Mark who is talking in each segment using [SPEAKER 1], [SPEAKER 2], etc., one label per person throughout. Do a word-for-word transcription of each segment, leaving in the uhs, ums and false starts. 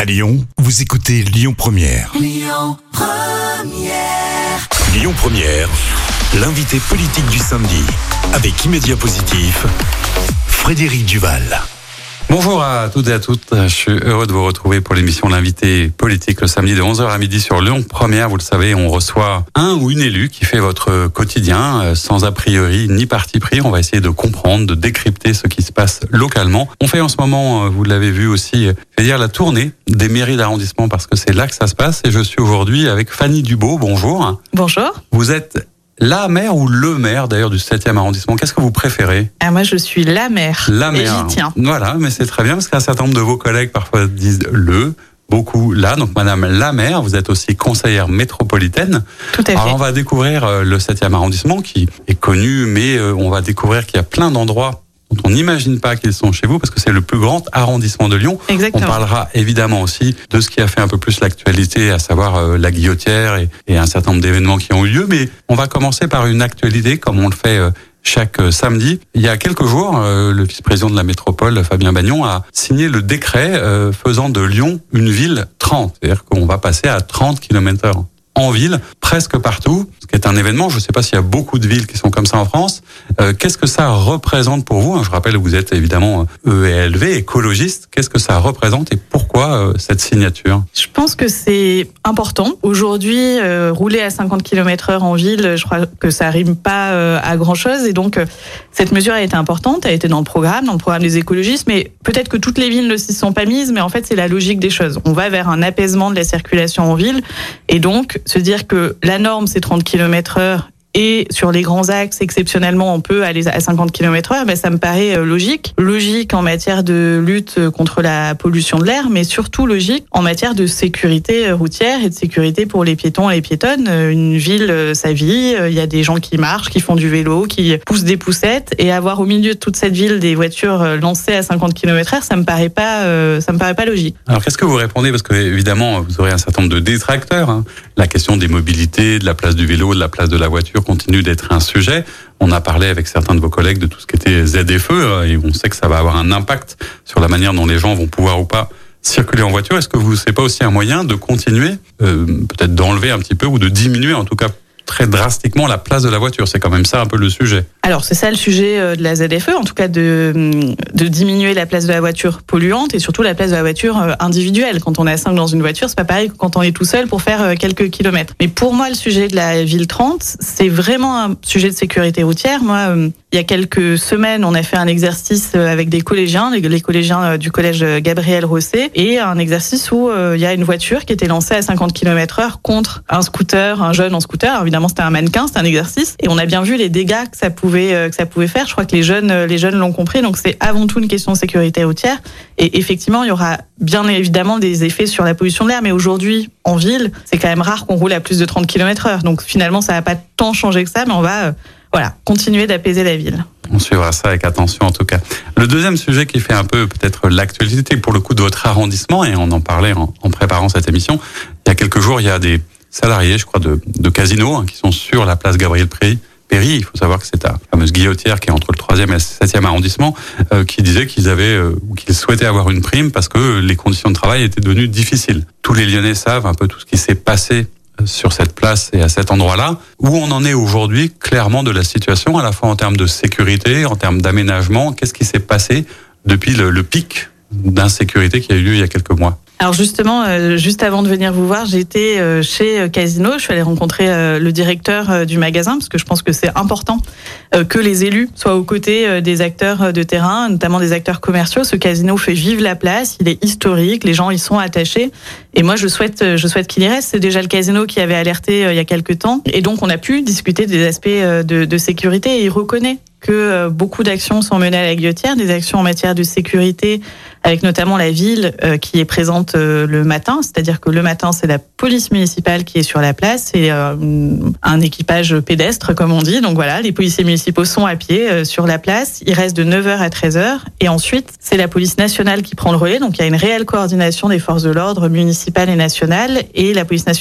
[SPEAKER 1] À Lyon, vous écoutez Lyon Première.
[SPEAKER 2] Lyon Première.
[SPEAKER 1] Lyon Première, l'invité politique du samedi. Avec Immédiat Positif, Frédéric Duval.
[SPEAKER 3] Bonjour à toutes et à toutes, je suis heureux de vous retrouver pour l'émission L'invité politique le samedi de onze heures à midi sur Lyon Première. Vous le savez, on reçoit un ou une élue qui fait votre quotidien sans a priori ni parti pris. On va essayer de comprendre, de décrypter ce qui se passe localement. On fait en ce moment, vous l'avez vu aussi, c'est-à-dire la tournée des mairies d'arrondissement parce que c'est là que ça se passe. Et je suis aujourd'hui avec Fanny Dubo. Bonjour.
[SPEAKER 4] Bonjour.
[SPEAKER 3] Vous êtes la maire ou le maire d'ailleurs du septième arrondissement. Qu'est-ce que vous préférez ?
[SPEAKER 4] Ah, moi je suis la maire.
[SPEAKER 3] La maire.
[SPEAKER 4] Et j'y tiens.
[SPEAKER 3] Voilà, mais c'est très bien parce qu'un certain nombre de vos collègues parfois disent le, beaucoup là. Donc madame la maire, vous êtes aussi conseillère métropolitaine.
[SPEAKER 4] Tout à fait.
[SPEAKER 3] Alors on va découvrir le septième arrondissement qui est connu, mais on va découvrir qu'il y a plein d'endroits dont on n'imagine pas qu'ils sont chez vous, parce que c'est le plus grand arrondissement de Lyon.
[SPEAKER 4] Exactement.
[SPEAKER 3] On parlera évidemment aussi de ce qui a fait un peu plus l'actualité, à savoir euh, la Guillotière et, et un certain nombre d'événements qui ont eu lieu. Mais on va commencer par une actualité, comme on le fait euh, chaque euh, samedi. Il y a quelques jours, euh, le vice-président de la métropole, Fabien Bagnon, a signé le décret euh, faisant de Lyon une ville trente. C'est-à-dire qu'on va passer à trente kilomètres heure en ville, presque partout, ce qui est un événement. Je ne sais pas s'il y a beaucoup de villes qui sont comme ça en France. Euh, qu'est-ce que ça représente pour vous ? Je rappelle que vous êtes évidemment E L V, écologiste. Qu'est-ce que ça représente et pourquoi euh, cette signature ?
[SPEAKER 4] Je pense que c'est important. Aujourd'hui, euh, rouler à cinquante kilomètres heure en ville, je crois que ça rime pas euh, à grand-chose. Et donc, euh, cette mesure a été importante, a été dans le programme, dans le programme des écologistes. Mais peut-être que toutes les villes ne s'y sont pas mises, mais en fait, c'est la logique des choses. On va vers un apaisement de la circulation en ville. Et donc, se dire que la norme, c'est trente kilomètres heure et sur les grands axes, exceptionnellement, on peut aller à cinquante kilomètres heure, ben, ça me paraît logique. Logique en matière de lutte contre la pollution de l'air, mais surtout logique en matière de sécurité routière et de sécurité pour les piétons et les piétonnes. Une ville, ça vit, il y a des gens qui marchent, qui font du vélo, qui poussent des poussettes, et avoir au milieu de toute cette ville des voitures lancées à cinquante kilomètres heure, ça me paraît pas, ça me paraît pas logique.
[SPEAKER 3] Alors qu'est-ce que vous répondez ? Parce que évidemment, vous aurez un certain nombre de détracteurs. Hein. La question des mobilités, de la place du vélo, de la place de la voiture continue d'être un sujet. On a parlé avec certains de vos collègues de tout ce qui était Z F E et on sait que ça va avoir un impact sur la manière dont les gens vont pouvoir ou pas circuler en voiture. Est-ce que vous, c'est pas aussi un moyen de continuer, euh, peut-être d'enlever un petit peu ou de diminuer en tout cas très drastiquement la place de la voiture ? C'est quand même ça un peu le sujet. Alors
[SPEAKER 4] c'est ça le sujet de la Z F E, en tout cas de, de diminuer la place de la voiture polluante et surtout la place de la voiture individuelle. Quand on est à cinq dans une voiture, c'est pas pareil que quand on est tout seul pour faire quelques kilomètres. Mais pour moi, le sujet de la ville trente, c'est vraiment un sujet de sécurité routière. Moi, il y a quelques semaines, on a fait un exercice avec des collégiens, les collégiens du collège Gabriel Rosset, et un exercice où il y a une voiture qui était lancée à cinquante kilomètres heure contre un scooter, un jeune en scooter. Alors, évidemment, c'était un mannequin, c'était un exercice, et on a bien vu les dégâts que ça pouvait que ça pouvait faire. Je crois que les jeunes les jeunes l'ont compris. Donc c'est avant tout une question de sécurité routière. Et effectivement, il y aura bien évidemment des effets sur la pollution de l'air. Mais aujourd'hui, en ville, c'est quand même rare qu'on roule à plus de trente kilomètres heure. Donc finalement, ça va pas tant changer que ça, mais on va euh, voilà continuer d'apaiser la ville.
[SPEAKER 3] On suivra ça avec attention en tout cas. Le deuxième sujet qui fait un peu peut-être l'actualité pour le coup de votre arrondissement, et on en parlait en, en préparant cette émission, il y a quelques jours, il y a des salariés, je crois, de, de Casino hein, qui sont sur la place Gabriel-Péri. Il faut savoir que c'est la fameuse Guillotière qui est entre le troisième et le septième arrondissement, euh, qui disait qu'ils avaient euh, ou qu'ils souhaitaient avoir une prime parce que les conditions de travail étaient devenues difficiles. Tous les Lyonnais savent un peu tout ce qui s'est passé sur cette place et à cet endroit-là. Où on en est aujourd'hui, clairement, de la situation, à la fois en termes de sécurité, en termes d'aménagement. Qu'est-ce qui s'est passé depuis le, le pic d'insécurité qui a eu lieu il y a quelques mois ?
[SPEAKER 4] Alors justement, euh, juste avant de venir vous voir, j'étais euh, chez Casino. Je suis allée rencontrer euh, le directeur euh, du magasin parce que je pense que c'est important euh, que les élus soient aux côtés euh, des acteurs de terrain, notamment des acteurs commerciaux. Ce casino fait vivre la place, il est historique, les gens y sont attachés. Et moi, je souhaite, je souhaite qu'il y reste. C'est déjà le casino qui avait alerté euh, il y a quelques temps. Et donc, on a pu discuter des aspects euh, de, de sécurité et il reconnaît que beaucoup d'actions sont menées à la Guillotière, des actions en matière de sécurité, avec notamment la ville euh, qui est présente euh, le matin, c'est-à-dire que le matin, c'est la police municipale qui est sur la place, et euh, un équipage pédestre, comme on dit. Donc voilà, les policiers municipaux sont à pied euh, sur la place. Ils restent de neuf heures à treize heures, et ensuite, c'est la police nationale qui prend le relais. Donc il y a une réelle coordination des forces de l'ordre municipales et nationales, et la police nationale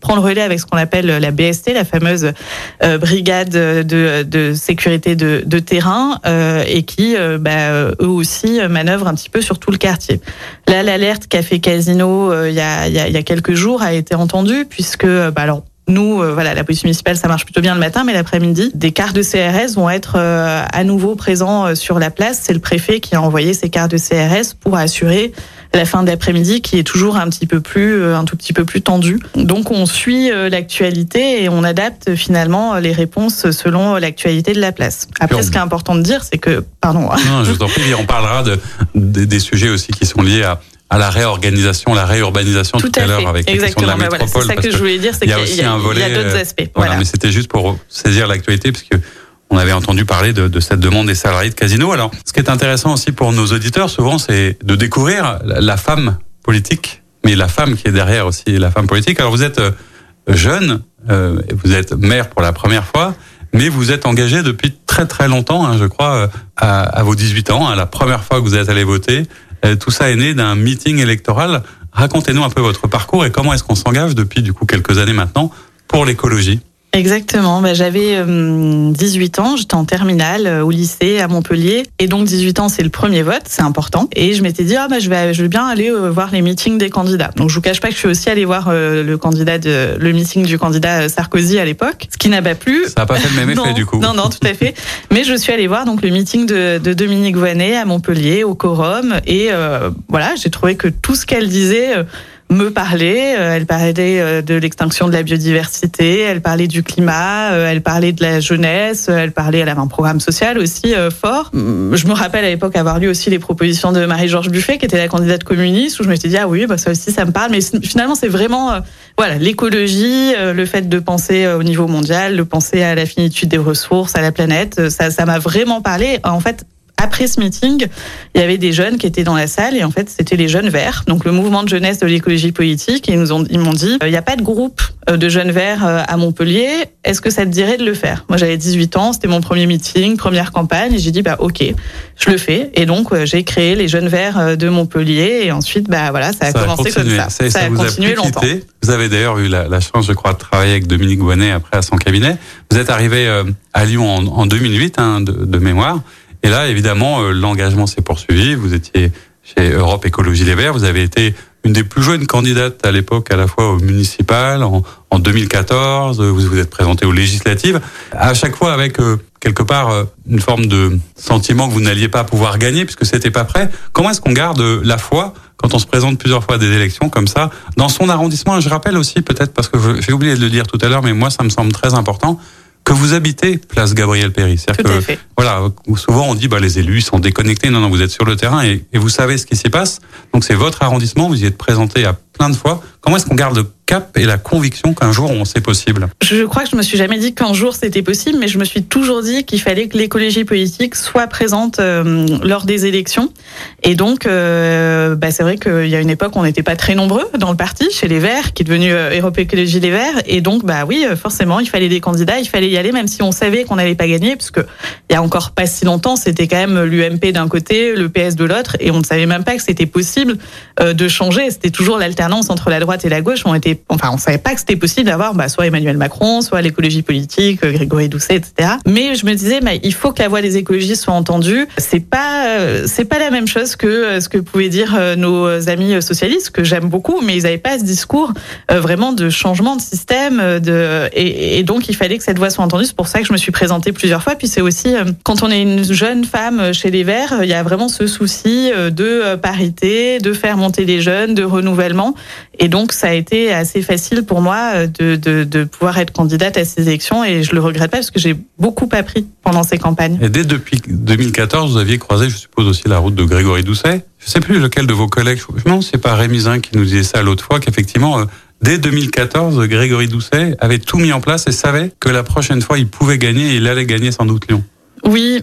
[SPEAKER 4] prend le relais avec ce qu'on appelle la B S T, la fameuse euh, brigade de, de sécurité de, de terrain, euh, et qui, euh, bah, eux aussi, manœuvrent un petit peu sur tout le quartier. Là, l'alerte qu'a fait Casino euh, il y a, il y a, il y a quelques jours a été entendue, puisque, bah, alors, nous, euh, voilà, la police municipale, ça marche plutôt bien le matin, mais l'après-midi, des cars de C R S vont être euh, à nouveau présents euh, sur la place. C'est le préfet qui a envoyé ces cars de C R S pour assurer la fin d'après-midi qui est toujours un petit peu plus, euh, un tout petit peu plus tendue. Donc, on suit euh, l'actualité et on adapte finalement les réponses selon l'actualité de la place. Après, ce qui est important de dire, c'est que, pardon.
[SPEAKER 3] Non, je vous en prie, on parlera de, de des sujets aussi qui sont liés à à la réorganisation, la réurbanisation tout, tout à, à l'heure avec la question de la
[SPEAKER 4] bah
[SPEAKER 3] métropole.
[SPEAKER 4] Voilà, c'est ça que je voulais dire, c'est qu'il y a, aussi un volet, il y a d'autres aspects.
[SPEAKER 3] Voilà,
[SPEAKER 4] voilà.
[SPEAKER 3] Mais c'était juste pour saisir l'actualité, parce que on avait entendu parler de, de cette demande des salariés de Casino. Alors, ce qui est intéressant aussi pour nos auditeurs, souvent, c'est de découvrir la femme politique, mais la femme qui est derrière aussi la femme politique. Alors, vous êtes jeune, euh, vous êtes maire pour la première fois, mais vous êtes engagé depuis très très longtemps, hein, je crois, à, à vos dix-huit ans, hein, la première fois que vous êtes allé voter. Tout ça est né d'un meeting électoral. Racontez-nous un peu votre parcours et comment est-ce qu'on s'engage depuis du coup quelques années maintenant pour l'écologie.
[SPEAKER 4] Exactement. Bah, j'avais euh, dix-huit ans, j'étais en terminale euh, au lycée à Montpellier, et donc dix-huit ans c'est le premier vote, c'est important. Et je m'étais dit ah bah je vais je vais bien aller euh, voir les meetings des candidats. Donc je vous cache pas que je suis aussi allée voir euh, le candidat de le meeting du candidat Sarkozy à l'époque, ce qui n'a pas plu.
[SPEAKER 3] Ça n'a pas fait le même effet
[SPEAKER 4] non,
[SPEAKER 3] du coup.
[SPEAKER 4] Non non tout à fait. Mais je suis allée voir donc le meeting de, de Dominique Voynet à Montpellier au Quorum, et euh, voilà, j'ai trouvé que tout ce qu'elle disait euh, me parlait. Elle parlait de l'extinction de la biodiversité, elle parlait du climat, elle parlait de la jeunesse, elle parlait, elle avait un programme social aussi euh, fort. Je me rappelle à l'époque avoir lu aussi les propositions de Marie-Georges Buffet, qui était la candidate communiste, où je me suis dit ah oui, bah ça aussi ça me parle. Mais finalement c'est vraiment euh, voilà l'écologie, euh, le fait de penser au niveau mondial, de penser à la finitude des ressources, à la planète, ça ça m'a vraiment parlé. En fait, après ce meeting, il y avait des jeunes qui étaient dans la salle, et en fait, c'était les jeunes verts, donc le mouvement de jeunesse de l'écologie politique, et ils nous ont, ils m'ont dit, il n'y a pas de groupe de jeunes verts à Montpellier, est-ce que ça te dirait de le faire? Moi, j'avais dix-huit ans, c'était mon premier meeting, première campagne, et j'ai dit, bah, ok, je le fais. Et donc, j'ai créé les jeunes verts de Montpellier, et ensuite, bah, voilà, ça a ça commencé a comme ça.
[SPEAKER 3] Ça, ça,
[SPEAKER 4] ça a
[SPEAKER 3] vous
[SPEAKER 4] continué
[SPEAKER 3] a
[SPEAKER 4] longtemps.
[SPEAKER 3] Quitté. Vous avez d'ailleurs eu la, la chance, je crois, de travailler avec Dominique Voynet après à son cabinet. Vous êtes arrivé à Lyon en, en deux mille huit, hein, de, de mémoire. Et là, évidemment, euh, l'engagement s'est poursuivi. Vous étiez chez Europe Écologie Les Verts. Vous avez été une des plus jeunes candidates à l'époque, à la fois au municipal, en, en deux mille quatorze. Vous vous êtes présentée aux législatives. À chaque fois avec, euh, quelque part, euh, une forme de sentiment que vous n'alliez pas pouvoir gagner puisque c'était pas prêt. Comment est-ce qu'on garde la foi quand on se présente plusieurs fois à des élections comme ça dans son arrondissement? Et je rappelle aussi, peut-être, parce que j'ai oublié de le dire tout à l'heure, mais moi, ça me semble très important, que vous habitez place Gabriel Péri. C'est-à-dire
[SPEAKER 4] Tout à
[SPEAKER 3] que,
[SPEAKER 4] fait.
[SPEAKER 3] voilà, souvent on dit, bah, les élus sont déconnectés. Non, non, vous êtes sur le terrain et, et vous savez ce qui s'y passe. Donc c'est votre arrondissement, vous y êtes présenté à plein de fois. Comment est-ce qu'on garde le cap et la conviction qu'un jour on c'est possible?
[SPEAKER 4] Je crois que je me suis jamais dit qu'un jour c'était possible, mais je me suis toujours dit qu'il fallait que l'écologie politique soit présente euh, lors des élections. Et donc, euh, bah, c'est vrai qu'il y a une époque où on n'était pas très nombreux dans le parti, chez les Verts, qui est devenu euh, Europe Écologie Les Verts. Et donc, bah oui, forcément, il fallait des candidats, il fallait y aller, même si on savait qu'on n'allait pas gagner, puisque il y a encore pas si longtemps, c'était quand même l'U M P d'un côté, le P S de l'autre, et on ne savait même pas que c'était possible euh, de changer. C'était toujours l'alternance entre la droite et la gauche. On était, enfin, on savait pas que c'était possible d'avoir bah, soit Emmanuel Macron, soit l'écologie politique, Grégory Doucet, et cetera. Mais je me disais, bah, il faut que la voix des écologistes soit entendue. C'est pas, euh, c'est pas la même chose que euh, ce que pouvaient dire euh, nos amis socialistes, que j'aime beaucoup, mais ils n'avaient pas ce discours euh, vraiment de changement de système. De, et, et donc, il fallait que cette voix soit entendue. C'est pour ça que je me suis présentée plusieurs fois. Puis c'est aussi, euh, quand on est une jeune femme chez les Verts, il y a vraiment ce souci euh, de parité, de faire monter les jeunes, de renouvellement. Et donc, ça a été assez facile pour moi de, de, de pouvoir être candidate à ces élections, et je le regrette pas parce que j'ai beaucoup appris pendant ces campagnes.
[SPEAKER 3] Et dès depuis deux mille quatorze, vous aviez croisé, je suppose, aussi la route de Grégory Doucet. Je sais plus lequel de vos collègues, je non, c'est pas Rémy Zin qui nous disait ça l'autre fois, qu'effectivement, euh, dès deux mille quatorze, Grégory Doucet avait tout mis en place et savait que la prochaine fois, il pouvait gagner et il allait gagner sans doute Lyon.
[SPEAKER 4] Oui, alors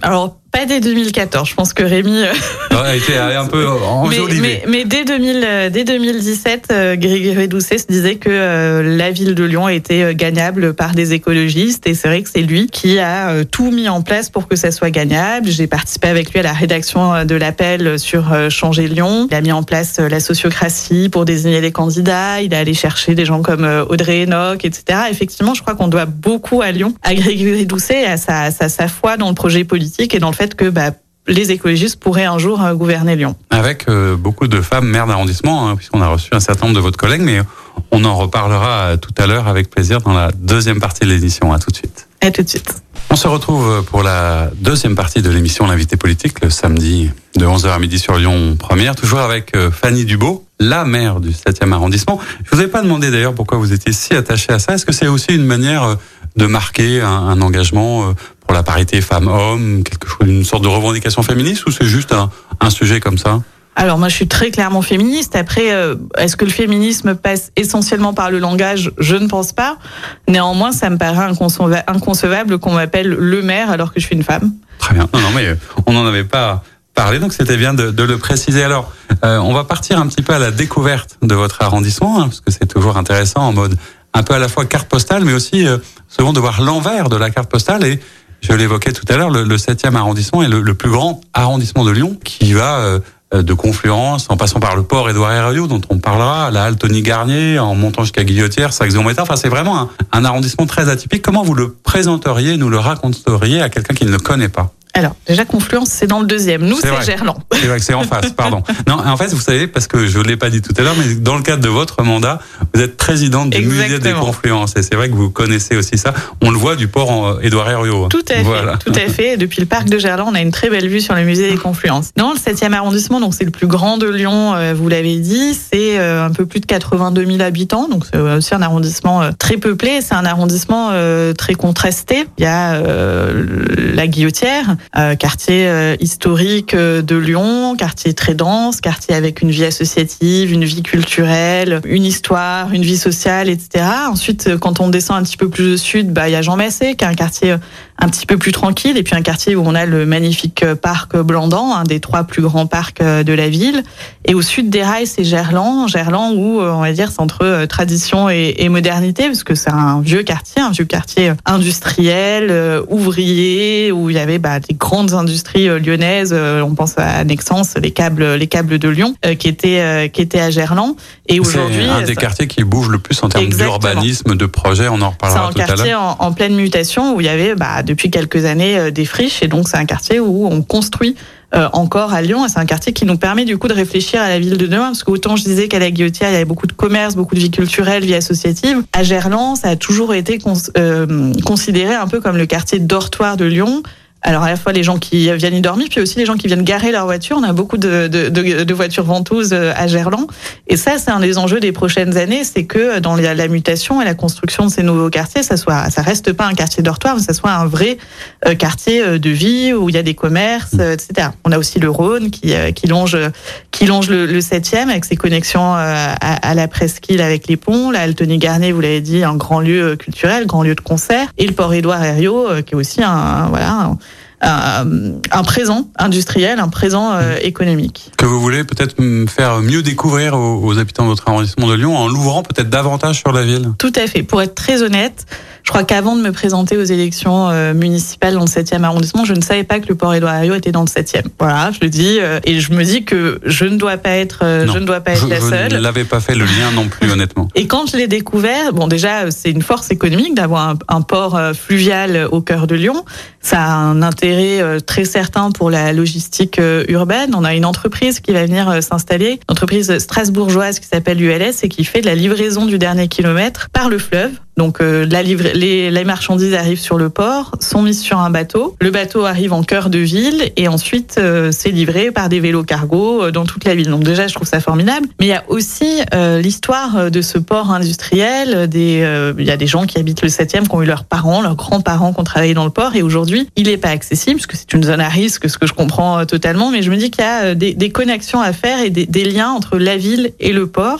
[SPEAKER 4] pas dès deux mille quatorze. Je pense que Rémi
[SPEAKER 3] a été un peu enjolivé.
[SPEAKER 4] Mais, mais, mais dès, deux mille, dès deux mille dix-sept, euh, Grégory Doucet se disait que euh, la ville de Lyon était gagnable par des écologistes. Et c'est vrai que c'est lui qui a euh, tout mis en place pour que ça soit gagnable. J'ai participé avec lui à la rédaction de l'appel sur euh, Changer Lyon. Il a mis en place euh, la sociocratie pour désigner les candidats. Il est allé chercher des gens comme euh, Audrey Enoch, et cetera. Effectivement, je crois qu'on doit beaucoup à Lyon, à Grégory Doucet, à sa, sa, sa foi dans le projet politique et dans le fait que bah, les écologistes pourraient un jour euh, gouverner Lyon.
[SPEAKER 3] Avec euh, beaucoup de femmes maires d'arrondissement, hein, puisqu'on a reçu un certain nombre de votre collègues, mais on en reparlera tout à l'heure avec plaisir dans la deuxième partie de l'émission. À tout de suite.
[SPEAKER 4] À tout de suite.
[SPEAKER 3] On se retrouve pour la deuxième partie de l'émission L'invité politique, le samedi de onze heures à midi sur Lyon Première, toujours avec Fanny Dubos, la maire du septième arrondissement. Je vous ai pas demandé d'ailleurs pourquoi vous étiez si attachée à ça. Est-ce que c'est aussi une manière de marquer un, un engagement pour la parité femmes-hommes, quelque chose, une sorte de revendication féministe, ou c'est juste un, un sujet comme ça ?
[SPEAKER 4] Alors moi je suis très clairement féministe. Après, euh, est-ce que le féminisme passe essentiellement par le langage ? Je ne pense pas. Néanmoins, ça me paraît inconcevable, inconcevable qu'on m'appelle le maire alors que je suis une femme.
[SPEAKER 3] Très bien. Non, non, mais on n'en avait pas parlé, donc c'était bien de, de le préciser. Alors, euh, on va partir un petit peu à la découverte de votre arrondissement, hein, parce que c'est toujours intéressant en mode un peu à la fois carte postale, mais aussi euh, souvent de voir l'envers de la carte postale. Et je l'évoquais tout à l'heure, le, le septième arrondissement est le, le plus grand arrondissement de Lyon, qui va euh, de Confluence, en passant par le port Édouard Herriot, dont on parlera, la halle Tony Garnier, en montant jusqu'à Guillotière, Saxe-Guyon-Métard. Enfin, c'est vraiment un, un arrondissement très atypique. Comment vous le présenteriez, nous le raconteriez à quelqu'un qui ne le connaît pas ?
[SPEAKER 4] Alors, déjà, Confluence, c'est dans le deuxième. Nous, c'est, c'est Gerland.
[SPEAKER 3] C'est vrai que c'est en face, pardon. Non, en fait, vous savez, parce que je ne l'ai pas dit tout à l'heure, mais dans le cadre de votre mandat, vous êtes présidente du Exactement. Musée des Confluences. Et c'est vrai que vous connaissez aussi ça. On le voit du port en Édouard Herriot.
[SPEAKER 4] Tout à voilà. fait, tout à fait. Depuis le parc de Gerland, on a une très belle vue sur le musée des Confluences. Dans le septième arrondissement, donc c'est le plus grand de Lyon, vous l'avez dit, c'est un peu plus de quatre-vingt-deux mille habitants. Donc c'est aussi un arrondissement très peuplé. C'est un arrondissement très contrasté. Il y a euh, la Guillotière, euh, quartier euh, historique de Lyon, quartier très dense, quartier avec une vie associative, une vie culturelle, une histoire, une vie sociale, et cetera. Ensuite, quand on descend un petit peu plus au sud, bah il y a Jean Massé, qui est un quartier un petit peu plus tranquille, et puis un quartier où on a le magnifique parc Blandan, un des trois plus grands parcs de la ville. Et au sud des rails, c'est Gerland, Gerland où on va dire c'est entre tradition et, et modernité, parce que c'est un vieux quartier, un vieux quartier industriel, euh, ouvrier, où il y avait bah, des grandes industries lyonnaises. Euh, on pense à Nexens, les câbles, les câbles de Lyon, euh, qui étaient euh, qui étaient à Gerland. Et aujourd'hui,
[SPEAKER 3] c'est un des
[SPEAKER 4] ça...
[SPEAKER 3] quartiers qui bouge le plus en termes Exactement. d'urbanisme, de projet. On en reparlera tout à l'heure.
[SPEAKER 4] C'est un quartier en, en pleine mutation où il y avait bah, depuis quelques années euh, des friches, et donc c'est un quartier où on construit Euh, encore à Lyon, et c'est un quartier qui nous permet du coup de réfléchir à la ville de demain, parce que autant je disais qu'à la Guillotière il y avait beaucoup de commerce, beaucoup de vie culturelle, vie associative, à Gerland ça a toujours été cons- euh, considéré un peu comme le quartier dortoir de Lyon. Alors à la fois les gens qui viennent y dormir, puis aussi les gens qui viennent garer leur voiture. On a beaucoup de, de, de, de voitures ventouses à Gerland, et ça c'est un des enjeux des prochaines années, c'est que dans la, la mutation et la construction de ces nouveaux quartiers, ça soit, ça reste pas un quartier dortoir, mais ça soit un vrai euh, quartier de vie où il y a des commerces, euh, et cetera. On a aussi le Rhône qui, euh, qui longe, qui longe le, le septième avec ses connexions euh, à, à la presqu'île avec les ponts. La halle Tony Garnier, vous l'avez dit, un grand lieu culturel, grand lieu de concert, et le port Édouard Herriot euh, qui est aussi un, un voilà. Un, Un, un présent industriel, un présent euh, économique.
[SPEAKER 3] Que vous voulez peut-être faire mieux découvrir aux, aux habitants de votre arrondissement de Lyon en l'ouvrant peut-être davantage sur la ville.
[SPEAKER 4] Tout à fait. Pour être très honnête, je crois qu'avant de me présenter aux élections euh, municipales dans le septième arrondissement, je ne savais pas que le port Édouard Herriot était dans le septième. Voilà, je le dis, euh, et je me dis que je ne dois pas être, euh, je ne dois pas être
[SPEAKER 3] je,
[SPEAKER 4] la seule.
[SPEAKER 3] Je ne l'avais pas fait le lien non plus, honnêtement.
[SPEAKER 4] Et quand je l'ai découvert, bon déjà c'est une force économique d'avoir un, un port fluvial au cœur de Lyon. Ça a un intérêt euh, très certain pour la logistique euh, urbaine. On a une entreprise qui va venir euh, s'installer, une entreprise strasbourgeoise qui s'appelle U L S et qui fait de la livraison du dernier kilomètre par le fleuve. Donc euh, la livra- les, les marchandises arrivent sur le port, sont mises sur un bateau. Le bateau arrive en cœur de ville et ensuite euh, c'est livré par des vélos cargo euh, dans toute la ville. Donc déjà, je trouve ça formidable. Mais il y a aussi euh, l'histoire de ce port industriel. Des, euh, il y a des gens qui habitent le septième, qui ont eu leurs parents, leurs grands-parents qui ont travaillé dans le port. Et aujourd'hui, il n'est pas accessible parce que c'est une zone à risque, ce que je comprends euh, totalement. Mais je me dis qu'il y a des, des connexions à faire et des, des liens entre la ville et le port.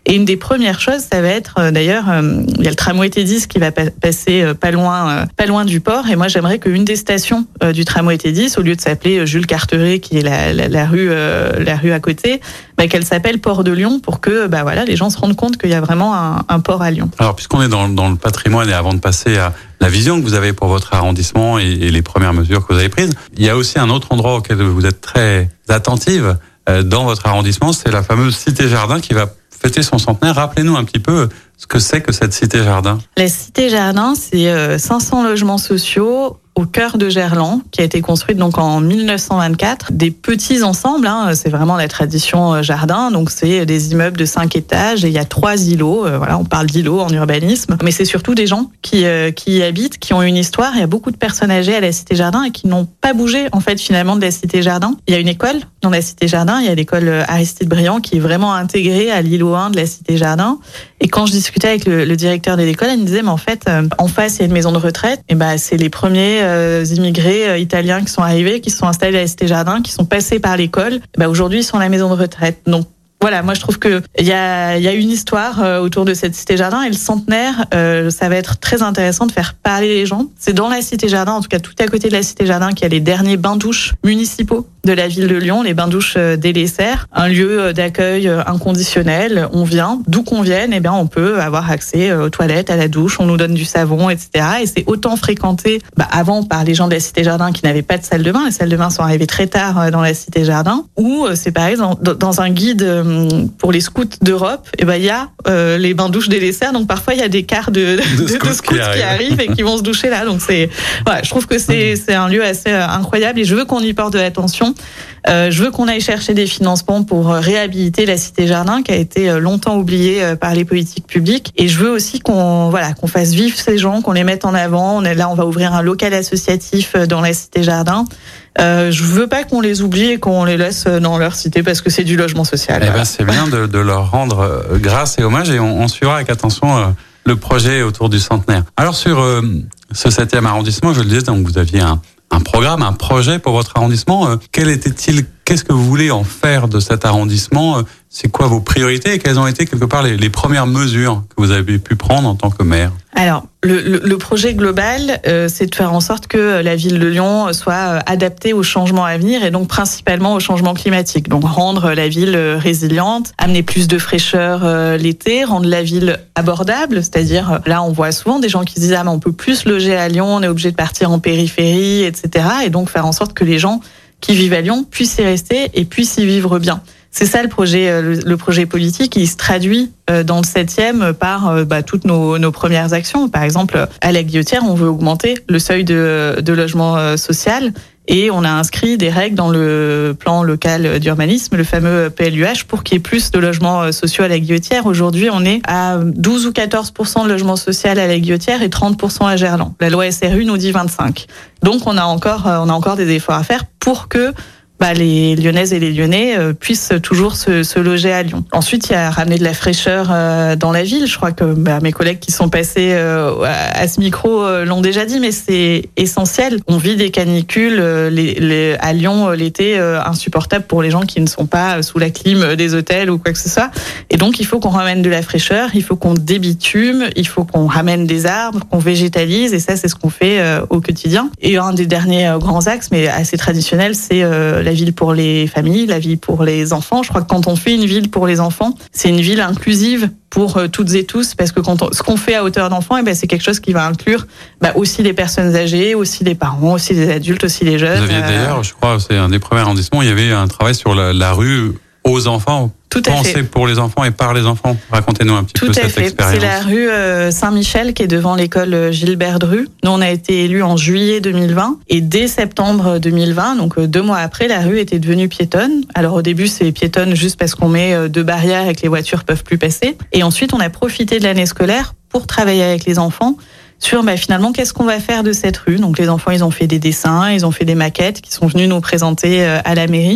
[SPEAKER 4] Et une des premières choses, ça va être euh, d'ailleurs, euh, il y a le tramway T dix qui va pa- passer euh, pas loin, euh, pas loin du port. Et moi, j'aimerais qu'une des stations euh, du tramway T dix, au lieu de s'appeler Jules Carteret, qui est la, la, la rue, euh, la rue à côté, bah, qu'elle s'appelle Port de Lyon, pour que, bah voilà, les gens se rendent compte qu'il y a vraiment un, un port à Lyon.
[SPEAKER 3] Alors, puisqu'on est dans, dans le patrimoine et avant de passer à la vision que vous avez pour votre arrondissement et, et les premières mesures que vous avez prises, il y a aussi un autre endroit auquel vous êtes très attentive euh, dans votre arrondissement, c'est la fameuse Cité Jardin qui va fêter son centenaire. Rappelez-nous un petit peu ce que c'est que cette Cité Jardin.
[SPEAKER 4] La Cité Jardin, c'est euh, cinq cents logements sociaux au cœur de Gerland, qui a été construite donc en mille neuf cent vingt-quatre. Des petits ensembles, hein, c'est vraiment la tradition jardin, donc c'est des immeubles de cinq étages et il y a trois îlots. Euh, voilà, on parle d'îlots en urbanisme, mais c'est surtout des gens qui euh, qui y habitent, qui ont une histoire. Il y a beaucoup de personnes âgées à la Cité Jardin et qui n'ont pas bougé en fait finalement de la Cité Jardin. Il y a une école dans la Cité Jardin, il y a l'école Aristide Briand qui est vraiment intégrée à l'îlot un de la Cité Jardin. Et quand je discutais avec le, le directeur de l'école, il me disait mais en fait euh, en face il y a une maison de retraite, et ben c'est les premiers euh, immigrés euh, italiens qui sont arrivés, qui se sont installés à la Cité Jardin, qui sont passés par l'école. Et ben aujourd'hui ils sont à la maison de retraite. Donc voilà, moi je trouve que il y a il y a une histoire euh, autour de cette Cité Jardin et le centenaire, euh, ça va être très intéressant de faire parler les gens. C'est dans la Cité Jardin, en tout cas tout à côté de la Cité Jardin, qu'il y a les derniers bains-douches municipaux de la ville de Lyon, les bains-douches des Laisserres, un lieu d'accueil inconditionnel. On vient, d'où qu'on vienne, eh bien on peut avoir accès aux toilettes, à la douche, on nous donne du savon, et cetera. Et c'est autant fréquenté bah, avant par les gens de la Cité Jardin qui n'avaient pas de salle de bain. Les salles de bain sont arrivées très tard dans la Cité Jardin. Ou c'est pareil, dans, dans un guide pour les scouts d'Europe, eh ben il y a euh, les bains-douches des Laisserres. Donc parfois il y a des quarts de, de, de, scouts, de scouts qui, qui arrivent et qui vont se doucher là. Donc c'est, voilà, je trouve que c'est, c'est un lieu assez incroyable et je veux qu'on y porte de l'attention. Euh, je veux qu'on aille chercher des financements pour réhabiliter la Cité Jardin qui a été longtemps oubliée par les politiques publiques. Et je veux aussi qu'on voilà qu'on fasse vivre ces gens, qu'on les mette en avant. On est là, on va ouvrir un local associatif dans la Cité Jardin. Euh, je veux pas qu'on les oublie et qu'on les laisse dans leur cité parce que c'est du logement social.
[SPEAKER 3] Eh ben, c'est bien de, de leur rendre grâce et hommage et on, on suivra avec attention euh, le projet autour du centenaire. Alors sur euh, ce septième arrondissement, je le disais, donc vous aviez un un programme, un projet pour votre arrondissement. Euh, quel était-il? Qu'est-ce que vous voulez en faire de cet arrondissement? euh, C'est quoi vos priorités et quelles ont été quelque part les, les premières mesures que vous avez pu prendre en tant que maire?
[SPEAKER 4] Alors, le, le, le projet global, euh, c'est de faire en sorte que la ville de Lyon soit adaptée aux changements à venir et donc principalement au changement climatique. Donc rendre la ville résiliente, amener plus de fraîcheur euh, l'été, rendre la ville abordable, c'est-à-dire là on voit souvent des gens qui se disent ah mais on peut plus loger à Lyon, on est obligé de partir en périphérie, et cetera. Et donc faire en sorte que les gens qui vivent à Lyon puissent y rester et puissent y vivre bien. C'est ça le projet, le projet politique. Il se traduit dans le septième par bah, toutes nos, nos premières actions. Par exemple, à la Guillotière, on veut augmenter le seuil de, de logement social et on a inscrit des règles dans le plan local d'urbanisme, le fameux P L U H, pour qu'il y ait plus de logements sociaux à la Guillotière. Aujourd'hui, on est à douze ou quatorze pour cent de logements sociaux à la Guillotière et trente pour cent à Gerland. La loi S R U nous dit vingt-cinq. Donc, on a encore, on a encore des efforts à faire pour que Bah, les Lyonnaises et les Lyonnais euh, puissent toujours se, se loger à Lyon. Ensuite, il y a ramener de la fraîcheur euh, dans la ville. Je crois que bah, mes collègues qui sont passés euh, à, à ce micro euh, l'ont déjà dit, mais c'est essentiel. On vit des canicules euh, les, les, à Lyon euh, l'été euh, insupportables pour les gens qui ne sont pas sous la clim des hôtels ou quoi que ce soit. Et donc, il faut qu'on ramène de la fraîcheur, il faut qu'on débitume, il faut qu'on ramène des arbres, qu'on végétalise. Et ça, c'est ce qu'on fait euh, au quotidien. Et un des derniers euh, grands axes, mais assez traditionnel, c'est euh, la ville pour les familles, la ville pour les enfants. Je crois que quand on fait une ville pour les enfants, c'est une ville inclusive pour euh, toutes et tous, parce que quand on, ce qu'on fait à hauteur d'enfant, eh ben, c'est quelque chose qui va inclure bah, aussi les personnes âgées, aussi les parents, aussi les adultes, aussi les jeunes.
[SPEAKER 3] Vous aviez d'ailleurs, je crois, c'est un des premiers arrondissements, il y avait un travail sur la, la rue aux enfants.
[SPEAKER 4] Tout à
[SPEAKER 3] Pensé
[SPEAKER 4] fait.
[SPEAKER 3] Pour les enfants et par les enfants. Racontez-nous un petit
[SPEAKER 4] Tout
[SPEAKER 3] peu cette
[SPEAKER 4] fait.
[SPEAKER 3] expérience.
[SPEAKER 4] C'est la rue euh, Saint-Michel qui est devant l'école Gilbert Dru. Nous, on a été élus en juillet deux mille vingt et dès septembre deux mille vingt, donc euh, deux mois après, la rue était devenue piétonne. Alors au début, c'est piétonne juste parce qu'on met euh, deux barrières et que les voitures peuvent plus passer. Et ensuite, on a profité de l'année scolaire pour travailler avec les enfants sur bah, finalement qu'est-ce qu'on va faire de cette rue. Donc les enfants, ils ont fait des dessins, ils ont fait des maquettes qui sont venus nous présenter euh, à la mairie.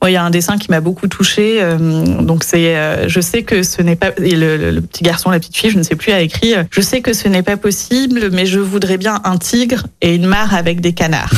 [SPEAKER 4] Moi, il y a un dessin qui m'a beaucoup touchée. Euh, donc c'est, euh, je sais que ce n'est pas et le, le, le petit garçon, la petite fille, je ne sais plus, a écrit. Euh, je sais que ce n'est pas possible, mais je voudrais bien un tigre et une mare avec des canards.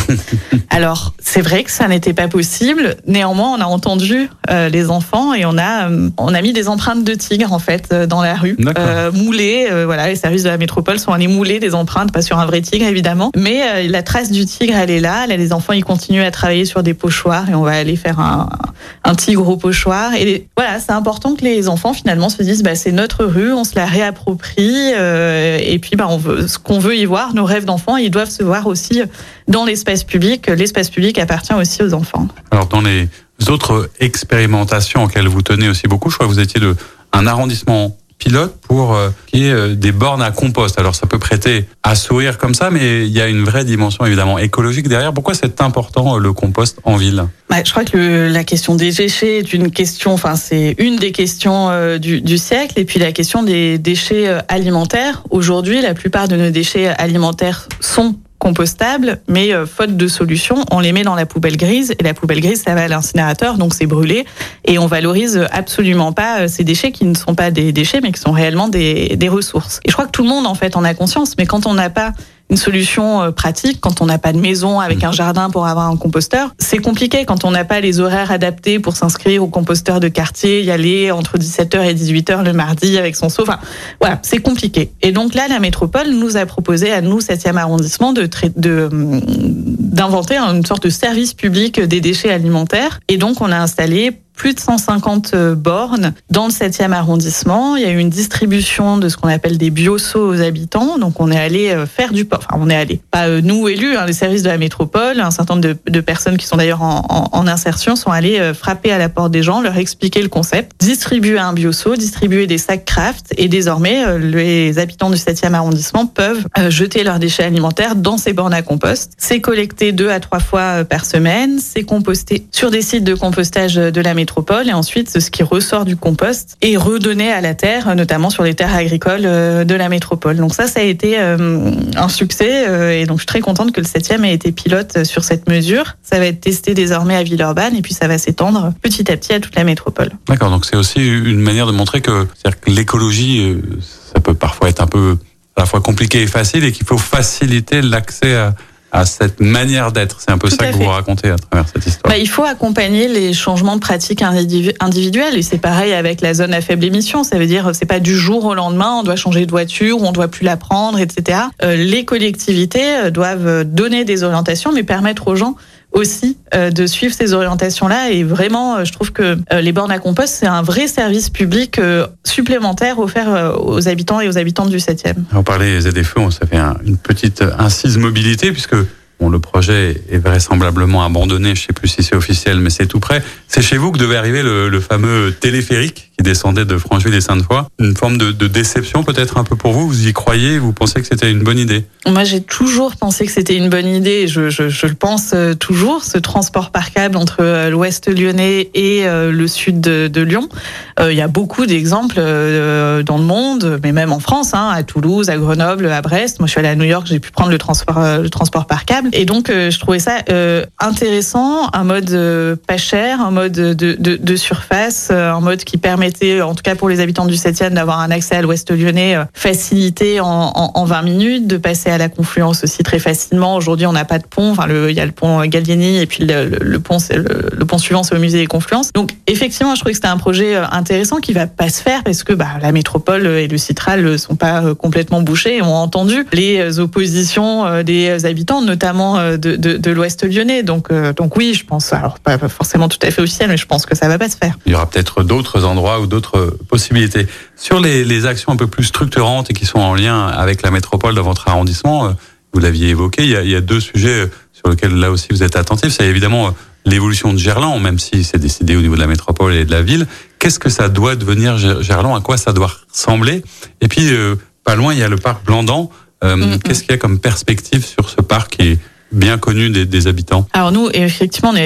[SPEAKER 4] Alors c'est vrai que ça n'était pas possible. Néanmoins, on a entendu euh, les enfants et on a euh, on a mis des empreintes de tigres en fait euh, dans la rue, euh, moulées. Euh, voilà, les services de la métropole sont allés mouler des empreintes, pas sur un vrai tigre évidemment, mais euh, la trace du tigre, elle est là. Là, les enfants, ils continuent à travailler sur des pochoirs et on va aller faire un un tigre au pochoir. Et les, voilà, c'est important que les enfants finalement se disent, bah c'est notre rue, on se la réapproprie euh, et puis bah on veut ce qu'on veut y voir. Nos rêves d'enfants, ils doivent se voir aussi dans l'espace public. L'espace public appartient aussi aux enfants.
[SPEAKER 3] Alors dans les autres expérimentations auxquelles vous tenez aussi beaucoup, je crois que vous étiez de un arrondissement pilote pour euh, qui est euh, des bornes à compost. Alors ça peut prêter à sourire comme ça, mais il y a une vraie dimension évidemment écologique derrière. Pourquoi c'est important euh, le compost en ville ?
[SPEAKER 4] Bah, je crois que le, la question des déchets est une question, enfin c'est une des questions euh, du, du siècle. Et puis la question des déchets euh, alimentaires. Aujourd'hui, la plupart de nos déchets alimentaires sont compostables, mais euh, faute de solution, on les met dans la poubelle grise et la poubelle grise, ça va à l'incinérateur, donc c'est brûlé et on valorise absolument pas euh, ces déchets qui ne sont pas des déchets, mais qui sont réellement des, des ressources. Et je crois que tout le monde en fait en a conscience, mais quand on n'a pas une solution pratique, quand on n'a pas de maison avec un jardin pour avoir un composteur, c'est compliqué. Quand on n'a pas les horaires adaptés pour s'inscrire au composteur de quartier, y aller entre dix-sept heures et dix-huit heures le mardi avec son seau, enfin voilà, c'est compliqué. Et donc là, la métropole nous a proposé à nous, septième arrondissement, de, de d'inventer une sorte de service public des déchets alimentaires. Et donc on a installé plus de cent cinquante bornes dans le septième arrondissement. Il y a eu une distribution de ce qu'on appelle des bioseaux aux habitants. Donc, on est allé faire du... Enfin, on est allé, pas nous élus, hein, les services de la métropole, un certain nombre de, de personnes qui sont d'ailleurs en, en, en insertion sont allées frapper à la porte des gens, leur expliquer le concept, distribuer un bioseau, distribuer des sacs Kraft et désormais, les habitants du septième arrondissement peuvent jeter leurs déchets alimentaires dans ces bornes à compost. C'est collecté deux à trois fois par semaine, c'est composté sur des sites de compostage de la métropole métropole et ensuite ce qui ressort du compost est redonné à la terre, notamment sur les terres agricoles de la métropole. Donc ça, ça a été euh, un succès euh, et donc je suis très contente que le septième ait été pilote sur cette mesure. Ça va être testé désormais à Villeurbanne et puis ça va s'étendre petit à petit à toute la métropole.
[SPEAKER 3] D'accord, donc c'est aussi une manière de montrer que, c'est-à-dire que l'écologie, ça peut parfois être un peu à la fois compliqué et facile et qu'il faut faciliter l'accès à à cette manière d'être. C'est un peu
[SPEAKER 4] Tout
[SPEAKER 3] ça que vous racontez à travers cette histoire.
[SPEAKER 4] Bah, il faut accompagner les changements de pratiques individuelles et c'est pareil avec la zone à faible émission. Ça veut dire c'est pas du jour au lendemain, on doit changer de voiture, on doit plus la prendre, et cetera. Euh, les collectivités doivent donner des orientations, mais permettre aux gens aussi euh, de suivre ces orientations-là. Et vraiment, euh, je trouve que euh, les bornes à compost, c'est un vrai service public euh, supplémentaire offert euh, aux habitants et aux habitantes du septième.
[SPEAKER 3] On parlait Z F E, ça fait un, une petite incise mobilité, puisque bon, le projet est vraisemblablement abandonné, je ne sais plus si c'est officiel, mais c'est tout près. C'est chez vous que devait arriver le, le fameux téléphérique qui descendait de Francheville et Sainte-Foy. Une forme de, de déception peut-être un peu pour vous. Vous y croyez, vous pensez que c'était une bonne idée?
[SPEAKER 4] Moi, j'ai toujours pensé que c'était une bonne idée. Je, je, je le pense toujours. Ce transport par câble entre l'Ouest lyonnais et le sud de, de Lyon. Euh, il y a beaucoup d'exemples euh, dans le monde, mais même en France, hein, à Toulouse, à Grenoble, à Brest. Moi, je suis allée à New York, j'ai pu prendre le transport, euh, le transport par câble. Et donc, euh, je trouvais ça euh, intéressant, un mode euh, pas cher, un mode de, de, de surface, euh, un mode qui permettait, en tout cas pour les habitants du septième, d'avoir un accès à l'Ouest lyonnais euh, facilité en, en, en vingt minutes, de passer à la confluence aussi très facilement. Aujourd'hui, on n'a pas de pont. Enfin, le, il y a le pont Gallieni et puis le, le, le pont, c'est le, le pont suivant, c'est au musée des Confluences. Donc, effectivement, je trouvais que c'était un projet intéressant qui va pas se faire parce que bah, la métropole et le Citral sont pas complètement bouchés et ont entendu les oppositions des habitants, notamment de, de, de l'Ouest lyonnais. Donc, euh, donc oui, je pense, alors pas forcément tout à fait officiel, mais je pense que ça va pas se faire.
[SPEAKER 3] Il y aura peut-être d'autres endroits ou d'autres possibilités. Sur les, les actions un peu plus structurantes et qui sont en lien avec la métropole dans votre arrondissement, vous l'aviez évoqué, il y a, il y a deux sujets sur lesquels là aussi vous êtes attentifs. C'est évidemment l'évolution de Gerland, même si c'est décidé au niveau de la métropole et de la ville. Qu'est-ce que ça doit devenir Gerland? À quoi ça doit ressembler? Et puis, euh, pas loin, il y a le parc Blandan. Euh, mm-hmm. Qu'est-ce qu'il y a comme perspective sur ce parc qui est bien connu des, des habitants?
[SPEAKER 4] Alors nous, effectivement, on est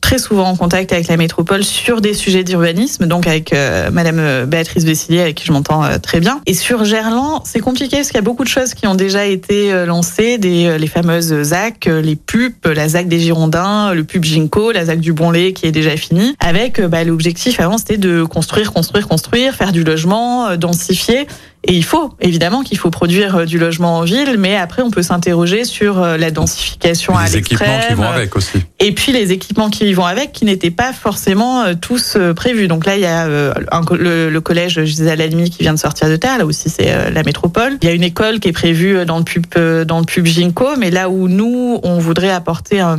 [SPEAKER 4] très souvent en contact avec la métropole sur des sujets d'urbanisme, donc avec euh, Madame Béatrice Vessillier, avec qui je m'entends euh, très bien. Et sur Gerland, c'est compliqué parce qu'il y a beaucoup de choses qui ont déjà été euh, lancées, des, euh, les fameuses Z A C, euh, les P U P, la Z A C des Girondins, le P U P Ginko, la Z A C du Bonlay qui est déjà finie, avec euh, bah, l'objectif avant c'était de construire, construire, construire, faire du logement, euh, densifier. Et il faut, évidemment qu'il faut produire du logement en ville, mais après on peut s'interroger sur la densification à l'extrême.
[SPEAKER 3] Les équipements qui vont avec aussi.
[SPEAKER 4] Et puis les équipements qui y vont avec, qui n'étaient pas forcément tous prévus. Donc là, il y a un, le, le collège Gisèle Halimi qui vient de sortir de terre, là aussi c'est la métropole. Il y a une école qui est prévue dans le P U P, dans le P U P Ginko, mais là où nous, on voudrait apporter un,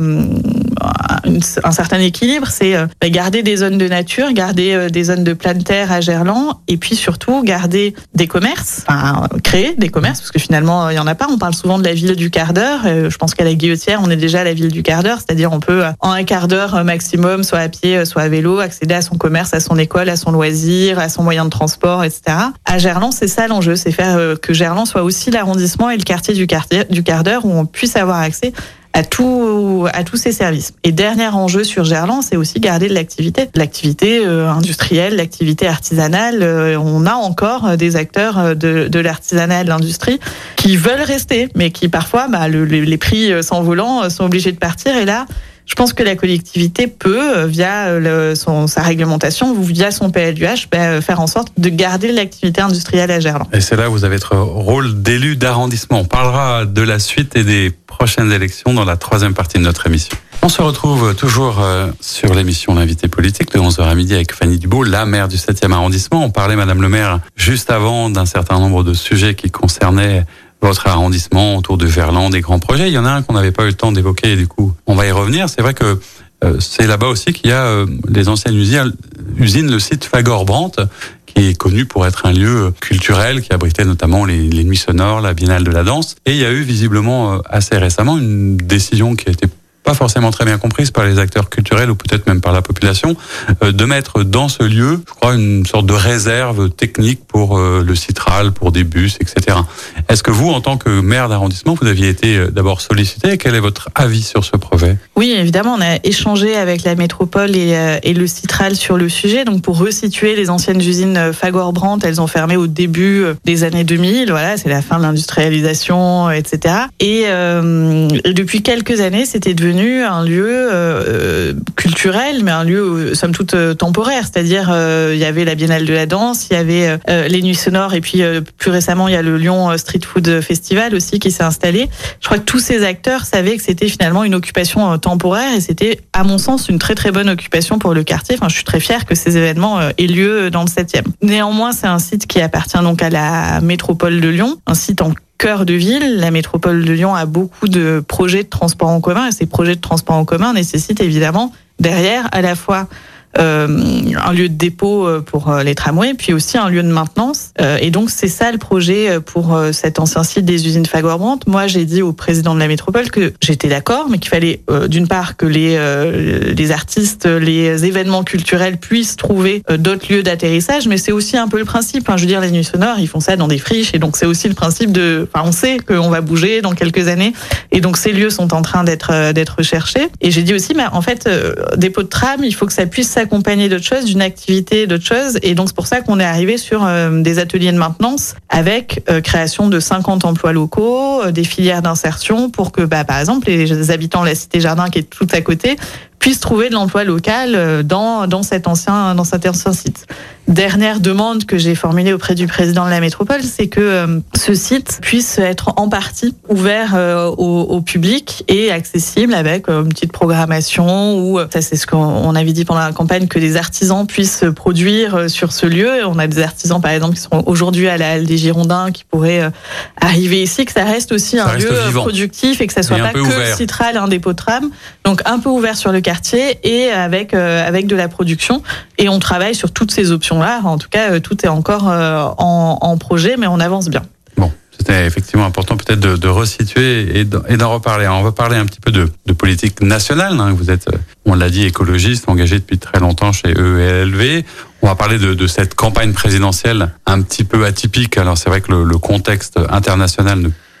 [SPEAKER 4] un, un certain équilibre, c'est garder des zones de nature, garder des zones de pleine terre à Gerland, et puis surtout garder des commerces. Enfin, créer des commerces, parce que finalement, il n'y en a pas. On parle souvent de la ville du quart d'heure. Je pense qu'à la Guillotière, on est déjà à la ville du quart d'heure, c'est-à-dire on peut, en un quart d'heure maximum, soit à pied, soit à vélo, accéder à son commerce, à son école, à son loisir, à son moyen de transport, et cetera. À Gerland, c'est ça l'enjeu, c'est faire que Gerland soit aussi l'arrondissement et le quartier du quart d'heure où on puisse avoir accès à tout, à tous ces services. Et dernier enjeu sur Gerland, c'est aussi garder de l'activité, l'activité euh, industrielle, l'activité artisanale. Euh, on a encore des acteurs de, de l'artisanat et de l'industrie qui veulent rester, mais qui parfois, bah, le, les prix s'envolant, sont obligés de partir. Et là, je pense que la collectivité peut, via le, son, sa réglementation ou via son P L U H, bah, faire en sorte de garder l'activité industrielle à Gerland.
[SPEAKER 3] Et c'est là où vous avez votre rôle d'élu d'arrondissement. On parlera de la suite et des prochaines élections dans la troisième partie de notre émission. On se retrouve toujours sur l'émission L'invité politique de onze heures à midi avec Fanny Dubault, la maire du septième arrondissement. On parlait, Madame le maire, juste avant d'un certain nombre de sujets qui concernaient votre arrondissement autour de Gerland, des grands projets. Il y en a un qu'on n'avait pas eu le temps d'évoquer et du coup, on va y revenir. C'est vrai que euh, c'est là-bas aussi qu'il y a euh, les anciennes usines, usines, le site Fagor-Brandt, qui est connu pour être un lieu culturel qui abritait notamment les, les nuits sonores, la Biennale de la danse. Et il y a eu visiblement euh, assez récemment une décision qui a été pas forcément très bien comprise par les acteurs culturels ou peut-être même par la population, euh, de mettre dans ce lieu, je crois, une sorte de réserve technique pour euh, le Citral, pour des bus, et cetera. Est-ce que vous, en tant que maire d'arrondissement, vous aviez été euh, d'abord sollicité et quel est votre avis sur ce projet ?
[SPEAKER 4] Oui, évidemment, on a échangé avec la métropole et, euh, et le Citral sur le sujet. Donc, pour resituer les anciennes usines Fagor-Brandt, elles ont fermé au début des années deux mille. Voilà, c'est la fin de l'industrialisation, et cetera. Et euh, depuis quelques années, c'était devenu un lieu euh, culturel, mais un lieu somme toute euh, temporaire. C'est-à-dire, euh, il y avait la Biennale de la danse, il y avait euh, les nuits sonores, et puis euh, plus récemment, il y a le Lyon Street Food Festival aussi qui s'est installé. Je crois que tous ces acteurs savaient que c'était finalement une occupation euh, temporaire, et c'était, à mon sens, une très très bonne occupation pour le quartier. Enfin, je suis très fière que ces événements euh, aient lieu dans le septième. Néanmoins, c'est un site qui appartient donc à la métropole de Lyon, un site en cœur de ville. La métropole de Lyon a beaucoup de projets de transport en commun et ces projets de transport en commun nécessitent évidemment derrière à la fois euh, un lieu de dépôt pour les tramways, puis aussi un lieu de maintenance. Euh, et donc c'est ça le projet pour cet ancien site des usines Fagor-Brandt. Moi, j'ai dit au président de la métropole que j'étais d'accord, mais qu'il fallait euh, d'une part que les euh, les artistes, les événements culturels puissent trouver euh, d'autres lieux d'atterrissage, mais c'est aussi un peu le principe. Hein. Je veux dire, les nuits sonores, ils font ça dans des friches, et donc c'est aussi le principe de. Enfin, on sait qu'on va bouger dans quelques années, et donc ces lieux sont en train d'être d'être recherchés. Et j'ai dit aussi, mais en fait, euh, dépôt de tram, il faut que ça puisse s'accompagner d'autres choses, d'une activité, d'autres choses. Et donc, c'est pour ça qu'on est arrivé sur euh, des ateliers de maintenance avec euh, création de cinquante emplois locaux, euh, des filières d'insertion pour que, bah, par exemple, les habitants de la Cité Jardin, qui est tout à côté, puissent trouver de l'emploi local dans, dans cet ancien, dans cet ancien site. Dernière demande que j'ai formulée auprès du président de la métropole, c'est que euh, ce site puisse être en partie ouvert euh, au, au public et accessible avec euh, une petite programmation ou, ça c'est ce qu'on avait dit pendant la campagne, que des artisans puissent produire sur ce lieu. On a des artisans par exemple qui sont aujourd'hui à la Halle des Girondins qui pourraient euh, arriver ici, que ça reste aussi ça un reste lieu vivant. productif et que ça soit pas que ouvert. Citral, un dépôt de tram. Donc un peu ouvert sur le quartier et avec euh, avec de la production. Et on travaille sur toutes ces options-là. En tout cas, tout est encore euh, en, en projet, mais on avance bien.
[SPEAKER 3] Bon, c'était effectivement important peut-être de, de resituer et d'en, et d'en reparler. Alors, on va parler un petit peu de, de politique nationale. Hein. Vous êtes, on l'a dit, écologiste, engagé depuis très longtemps chez E L V. On va parler de, de cette campagne présidentielle un petit peu atypique. Alors c'est vrai que le, le contexte international ne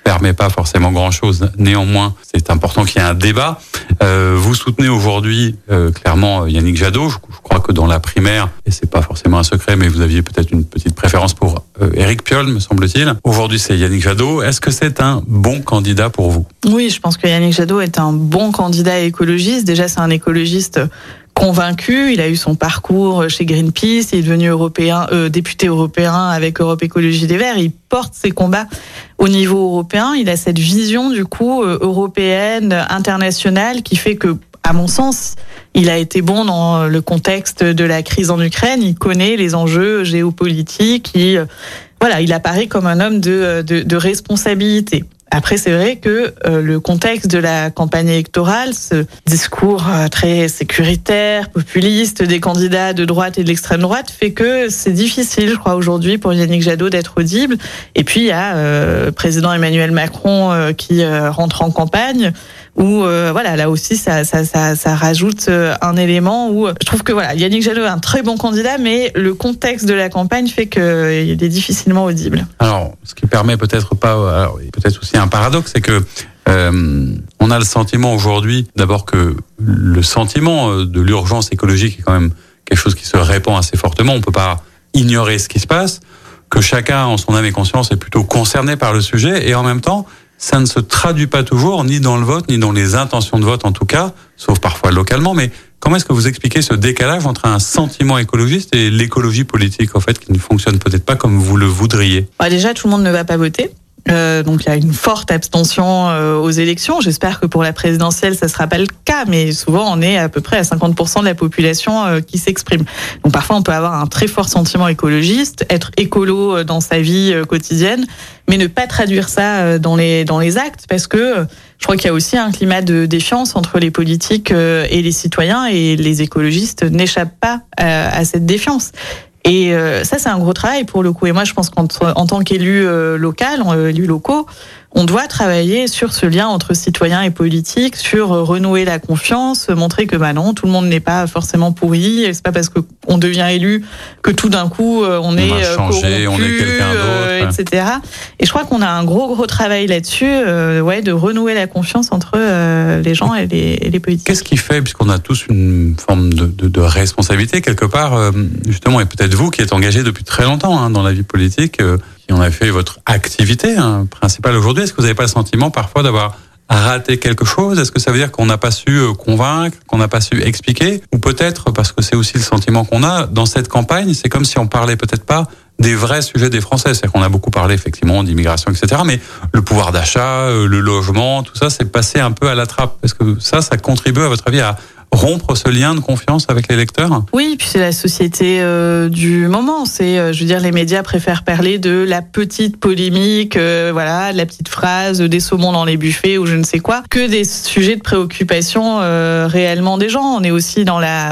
[SPEAKER 3] permet pas forcément grand-chose. Néanmoins, c'est important qu'il y ait un débat. Euh, vous soutenez aujourd'hui euh, clairement Yannick Jadot. Je, je crois que dans la primaire, et c'est pas forcément un secret, mais vous aviez peut-être une petite préférence pour euh, Éric Piolle, me semble-t-il. Aujourd'hui, c'est Yannick Jadot. Est-ce que c'est un bon candidat pour vous ?
[SPEAKER 4] Oui, je pense que Yannick Jadot est un bon candidat écologiste. Déjà, c'est un écologiste convaincu. Il a eu son parcours chez Greenpeace. Il est devenu européen, euh, député européen avec Europe Écologie Les Verts. Il porte ses combats au niveau européen. Il a cette vision, du coup, euh, européenne, internationale, qui fait que, à mon sens, il a été bon dans le contexte de la crise en Ukraine. Il connaît les enjeux géopolitiques. Il, voilà, il apparaît comme un homme de, de, de responsabilité. Après, c'est vrai que euh, le contexte de la campagne électorale, ce discours euh, très sécuritaire, populiste des candidats de droite et de l'extrême droite, fait que c'est difficile, je crois, aujourd'hui pour Yannick Jadot d'être audible. Et puis, il y a euh, le président Emmanuel Macron euh, qui euh, rentre en campagne, où euh, voilà, là aussi, ça, ça, ça, ça rajoute un élément où je trouve que voilà, Yannick Jadot est un très bon candidat, mais le contexte de la campagne fait qu'il est difficilement audible.
[SPEAKER 3] Alors, ce qui permet peut-être pas, alors, peut-être aussi un paradoxe, c'est que euh, on a le sentiment aujourd'hui, d'abord que le sentiment de l'urgence écologique est quand même quelque chose qui se répand assez fortement. On peut pas ignorer ce qui se passe, que chacun, en son âme et conscience, est plutôt concerné par le sujet, et en même temps, ça ne se traduit pas toujours, ni dans le vote, ni dans les intentions de vote en tout cas, sauf parfois localement. Mais comment est-ce que vous expliquez ce décalage entre un sentiment écologiste et l'écologie politique, en fait, qui ne fonctionne peut-être pas comme vous le voudriez ?
[SPEAKER 4] Bah déjà, tout le monde ne va pas voter. Euh, donc il y a une forte abstention euh, aux élections. J'espère que pour la présidentielle, ça sera pas le cas, mais souvent on est à peu près à cinquante pour cent de la population euh, qui s'exprime. Donc parfois on peut avoir un très fort sentiment écologiste, être écolo dans sa vie euh, quotidienne, mais ne pas traduire ça euh, dans les dans les actes, parce que euh, je crois qu'il y a aussi un climat de défiance entre les politiques euh, et les citoyens, et les écologistes n'échappent pas à, à cette défiance. Et euh, ça, c'est un gros travail pour le coup. Et moi, je pense qu'en en tant qu'élu euh, local, euh, élus locaux, on doit travailler sur ce lien entre citoyens et politiques, sur euh, renouer la confiance, montrer que bah non, tout le monde n'est pas forcément pourri. Et c'est pas parce que on devient élu que tout d'un coup euh, on, on est
[SPEAKER 3] va changer,
[SPEAKER 4] corrompu,
[SPEAKER 3] on est quelqu'un d'autre,
[SPEAKER 4] euh, et cetera. Et je crois qu'on a un gros gros travail là-dessus, euh, ouais, de renouer la confiance entre euh, les gens et les, et les politiques.
[SPEAKER 3] Qu'est-ce qui fait, puisqu'on a tous une forme de, de, de responsabilité quelque part, euh, justement, et peut-être vous qui êtes engagé depuis très longtemps hein, dans la vie politique, euh, qui en a fait votre activité hein, principale aujourd'hui, est-ce que vous n'avez pas le sentiment parfois d'avoir raté quelque chose ? Est-ce que ça veut dire qu'on n'a pas su convaincre, qu'on n'a pas su expliquer ? Ou peut-être, parce que c'est aussi le sentiment qu'on a, dans cette campagne, c'est comme si on parlait peut-être pas des vrais sujets des Français. C'est-à-dire qu'on a beaucoup parlé effectivement d'immigration, et cetera. Mais le pouvoir d'achat, le logement, tout ça, c'est passé un peu à la trappe. Est-ce que ça, ça contribue à votre avis à rompre ce lien de confiance avec les lecteurs ?
[SPEAKER 4] Oui, puis c'est la société euh, du moment. C'est, euh, je veux dire, les médias préfèrent parler de la petite polémique, euh, voilà, de la petite phrase, des saumons dans les buffets ou je ne sais quoi, que des sujets de préoccupation euh, réellement des gens. On est aussi dans la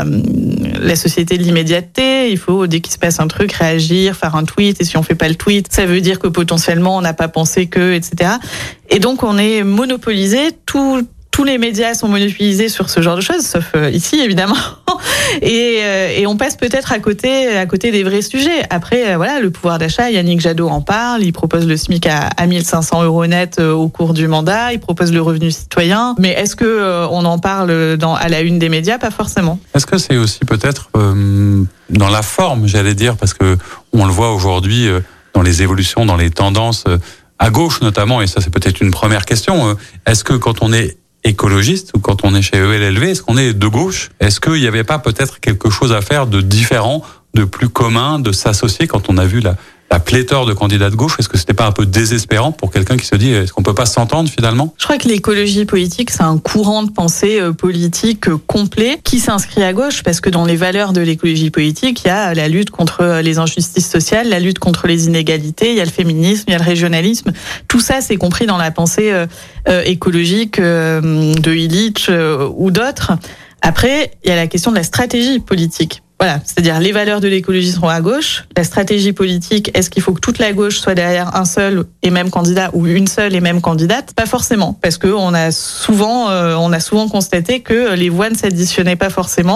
[SPEAKER 4] la société de l'immédiateté. Il faut, dès qu'il se passe un truc, réagir, faire un tweet. Et si on fait pas le tweet, ça veut dire que potentiellement on n'a pas pensé que, et cetera. Et donc on est monopolisé. Tout Tous les médias sont monopolisés sur ce genre de choses, sauf ici évidemment. Et, et on passe peut-être à côté, à côté des vrais sujets. Après, voilà, le pouvoir d'achat, Yannick Jadot en parle. Il propose le SMIC à, à mille cinq cents euros net au cours du mandat. Il propose le revenu citoyen. Mais est-ce que on en parle dans, à la une des médias ? Pas forcément.
[SPEAKER 3] Est-ce que c'est aussi peut-être euh, dans la forme, j'allais dire, parce que on le voit aujourd'hui euh, dans les évolutions, dans les tendances euh, à gauche notamment, et ça c'est peut-être une première question. Euh, est-ce que quand on est écologiste ou quand on est chez E L L V, est-ce qu'on est de gauche ? Est-ce qu'il n'y avait pas peut-être quelque chose à faire de différent, de plus commun, de s'associer quand on a vu la, la pléthore de candidats de gauche ? Est-ce que c'était pas un peu désespérant pour quelqu'un qui se dit est-ce qu'on peut pas s'entendre finalement ?
[SPEAKER 4] Je crois que l'écologie politique, c'est un courant de pensée politique complet qui s'inscrit à gauche, parce que dans les valeurs de l'écologie politique, il y a la lutte contre les injustices sociales, la lutte contre les inégalités, il y a le féminisme, il y a le régionalisme. Tout ça, c'est compris dans la pensée euh, écologique euh, de Illich euh, ou d'autres. Après, il y a la question de la stratégie politique. Voilà, c'est-à-dire les valeurs de l'écologie sont à gauche. La stratégie politique, est-ce qu'il faut que toute la gauche soit derrière un seul et même candidat ou une seule et même candidate ? Pas forcément, parce que on a souvent, euh, on a souvent constaté que les voix ne s'additionnaient pas forcément.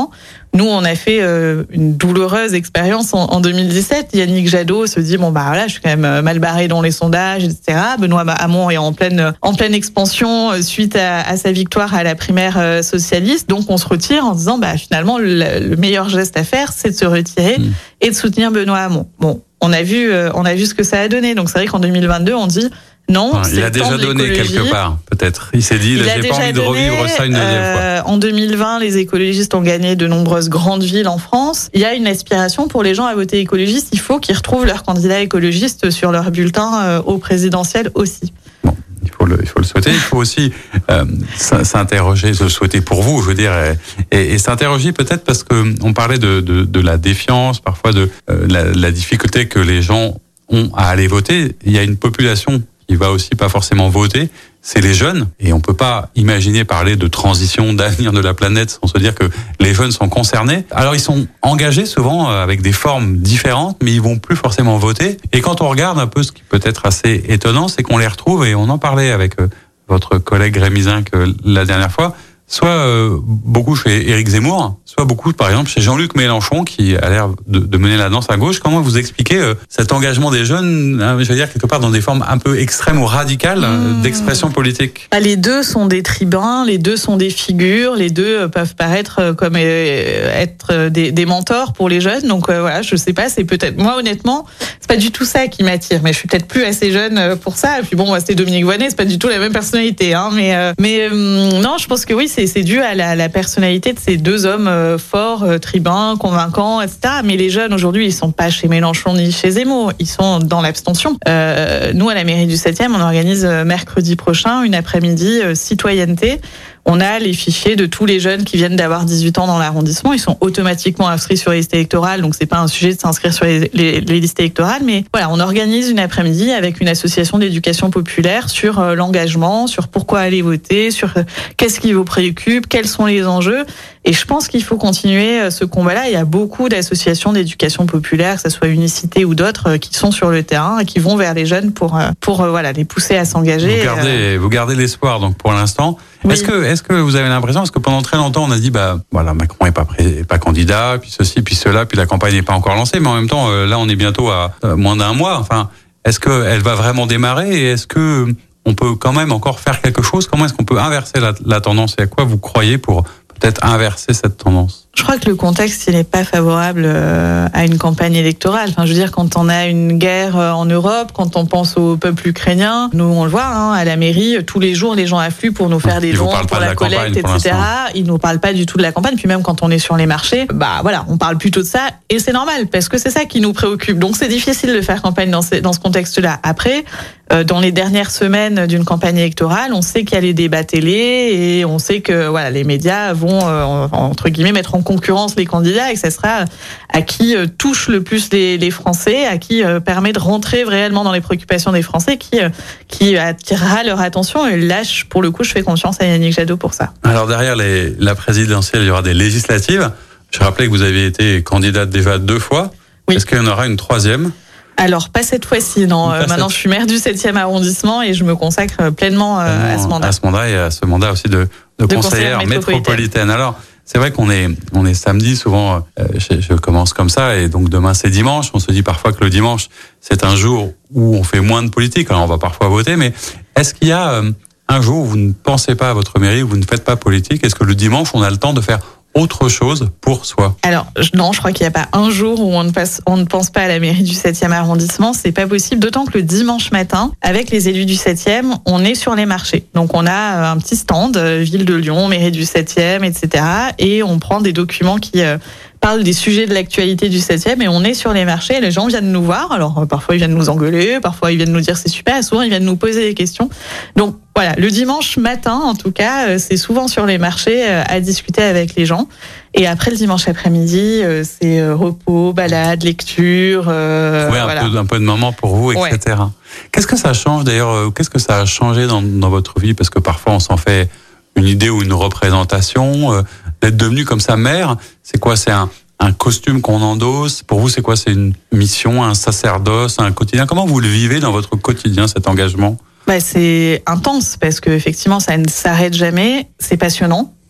[SPEAKER 4] Nous, on a fait euh, une douloureuse expérience en, en deux mille dix-sept. Yannick Jadot se dit bon bah voilà, je suis quand même mal barré dans les sondages, et cetera. Benoît Hamon est en pleine en pleine expansion euh, suite à, à sa victoire à la primaire euh, socialiste. Donc on se retire en disant bah finalement le, le meilleur geste à faire, c'est de se retirer mmh. et de soutenir Benoît Hamon. Bon, on a vu euh, on a vu ce que ça a donné. Donc c'est vrai qu'en deux mille vingt-deux, on dit non,
[SPEAKER 3] enfin,
[SPEAKER 4] c'est
[SPEAKER 3] il a déjà donné quelque part, peut-être. Il s'est dit,
[SPEAKER 4] il
[SPEAKER 3] là, j'ai pas envie de
[SPEAKER 4] donné,
[SPEAKER 3] revivre ça une deuxième
[SPEAKER 4] euh, fois. En deux mille vingt, les écologistes ont gagné de nombreuses grandes villes en France. Il y a une aspiration pour les gens à voter écologiste. Il faut qu'ils retrouvent leur candidat écologiste sur leur bulletin euh, au présidentiel aussi.
[SPEAKER 3] Bon, il faut le, il faut le souhaiter. Il faut aussi euh, s'interroger, se souhaiter pour vous, je veux dire, et, et, et s'interroger peut-être parce que on parlait de, de, de la défiance, parfois de euh, la, la difficulté que les gens ont à aller voter. Il y a une population qui va aussi pas forcément voter, c'est les jeunes. Et on peut pas imaginer parler de transition, d'avenir de la planète sans se dire que les jeunes sont concernés. Alors ils sont engagés souvent avec des formes différentes, mais ils vont plus forcément voter. Et quand on regarde un peu ce qui peut être assez étonnant, c'est qu'on les retrouve, et on en parlait avec votre collègue Rémi Zinc la dernière fois, soit euh, beaucoup chez Éric Zemmour, soit beaucoup, par exemple, chez Jean-Luc Mélenchon, qui a l'air de, de mener la danse à gauche. Comment vous expliquez euh, cet engagement des jeunes, hein, je veux dire, quelque part dans des formes un peu extrêmes ou radicales mmh. d'expression politique?
[SPEAKER 4] Les deux sont des tribuns, les deux sont des figures, les deux peuvent paraître comme euh, être des, des mentors pour les jeunes. Donc euh, voilà, je sais pas, c'est peut-être... Moi, honnêtement, c'est pas du tout ça qui m'attire, mais je suis peut-être plus assez jeune pour ça. Et puis bon, moi, c'était Dominique Voynet, c'est pas du tout la même personnalité, hein, mais, euh, mais euh, non, je pense que oui, c'est C'est, c'est dû à la, la personnalité de ces deux hommes euh, forts, euh, tribuns, convaincants, et cetera. Mais les jeunes, aujourd'hui, ils sont pas chez Mélenchon ni chez Zemmour. Ils sont dans l'abstention. Euh, nous, à la mairie du septième, on organise euh, mercredi prochain une après-midi euh, citoyenneté. On a les fichiers de tous les jeunes qui viennent d'avoir dix-huit ans dans l'arrondissement. Ils sont automatiquement inscrits sur les listes électorales, donc c'est pas un sujet de s'inscrire sur les, les, les listes électorales. Mais voilà, on organise une après-midi avec une association d'éducation populaire sur euh, l'engagement, sur pourquoi aller voter, sur euh, qu'est-ce qui vous préoccupe, quels sont les enjeux. Et je pense qu'il faut continuer ce combat-là. Il y a beaucoup d'associations d'éducation populaire, que ce soit Unicité ou d'autres, qui sont sur le terrain et qui vont vers les jeunes pour pour voilà les pousser à s'engager.
[SPEAKER 3] Vous gardez, vous gardez l'espoir donc pour l'instant. Oui. Est-ce que est-ce que vous avez l'impression, parce que pendant très longtemps on a dit bah voilà Macron est pas pré, pas candidat, puis ceci, puis cela, puis la campagne n'est pas encore lancée, mais en même temps là on est bientôt à moins d'un mois. Enfin, est-ce que elle va vraiment démarrer et est-ce que on peut quand même encore faire quelque chose? Comment est-ce qu'on peut inverser la, la tendance et à quoi vous croyez pour peut-être inverser cette tendance?
[SPEAKER 4] Je crois que le contexte, il n'est pas favorable à une campagne électorale. Enfin, je veux dire, quand on a une guerre en Europe, quand on pense au peuple ukrainien, nous, on le voit, hein, à la mairie, tous les jours, les gens affluent pour nous faire des dons, pour la collecte, et cetera. Ils nous parlent pas du tout de la campagne. Puis même quand on est sur les marchés, bah voilà, on parle plutôt de ça. Et c'est normal, parce que c'est ça qui nous préoccupe. Donc c'est difficile de faire campagne dans ce, dans ce contexte-là. Après, euh, dans les dernières semaines d'une campagne électorale, on sait qu'il y a les débats télé et on sait que voilà, les médias vont, euh, entre guillemets, mettre en concurrence les candidats et que ça sera à qui euh, touche le plus les, les Français, à qui euh, permet de rentrer réellement dans les préoccupations des Français, qui, euh, qui attirera leur attention. Et là, je, pour le coup, je fais confiance à Yannick Jadot pour ça.
[SPEAKER 3] Alors derrière les, la présidentielle, il y aura des législatives. Je rappelais que vous aviez été candidate déjà deux fois. Oui. Est-ce qu'il y en aura une troisième ?
[SPEAKER 4] Alors, pas cette fois-ci, non. Pas Maintenant, cette... je suis maire du septième arrondissement et je me consacre pleinement euh, à ce mandat.
[SPEAKER 3] À ce mandat et à ce mandat aussi de, de, de conseillère métropolitaine. métropolitaine. Alors, c'est vrai qu'on est, on est samedi, souvent, euh, je, je commence comme ça, et donc demain c'est dimanche. On se dit parfois que le dimanche, c'est un jour où on fait moins de politique. Alors, on va parfois voter, mais est-ce qu'il y a euh, un jour où vous ne pensez pas à votre mairie, où vous ne faites pas politique? Est-ce que le dimanche, on a le temps de faire autre chose pour soi?
[SPEAKER 4] Alors non, je crois qu'il n'y a pas un jour où on ne, passe, on ne pense pas à la mairie du septième arrondissement. C'est pas possible, d'autant que le dimanche matin, avec les élus du septième, on est sur les marchés. Donc on a un petit stand, Ville de Lyon, mairie du septième, et cetera. Et on prend des documents qui euh, parlent des sujets de l'actualité du septième et on est sur les marchés. Et les gens viennent nous voir. Alors euh, parfois ils viennent nous engueuler, parfois ils viennent nous dire c'est super, et souvent ils viennent nous poser des questions. Donc voilà, le dimanche matin, en tout cas, c'est souvent sur les marchés à discuter avec les gens. Et après, le dimanche après-midi, c'est repos, balade, lecture. Euh,
[SPEAKER 3] oui, un,
[SPEAKER 4] voilà.
[SPEAKER 3] peu, un peu de moment pour vous, et cetera. Ouais. Qu'est-ce que ça change d'ailleurs? Qu'est-ce que ça a changé dans, dans votre vie? Parce que parfois, on s'en fait une idée ou une représentation. Euh, d'être devenu comme ça maire, c'est quoi? C'est un, un costume qu'on endosse? Pour vous, c'est quoi? C'est une mission, un sacerdoce, un quotidien? Comment vous le vivez dans votre quotidien, cet engagement?
[SPEAKER 4] Bah, c'est intense parce que effectivement ça ne s'arrête jamais, c'est passionnant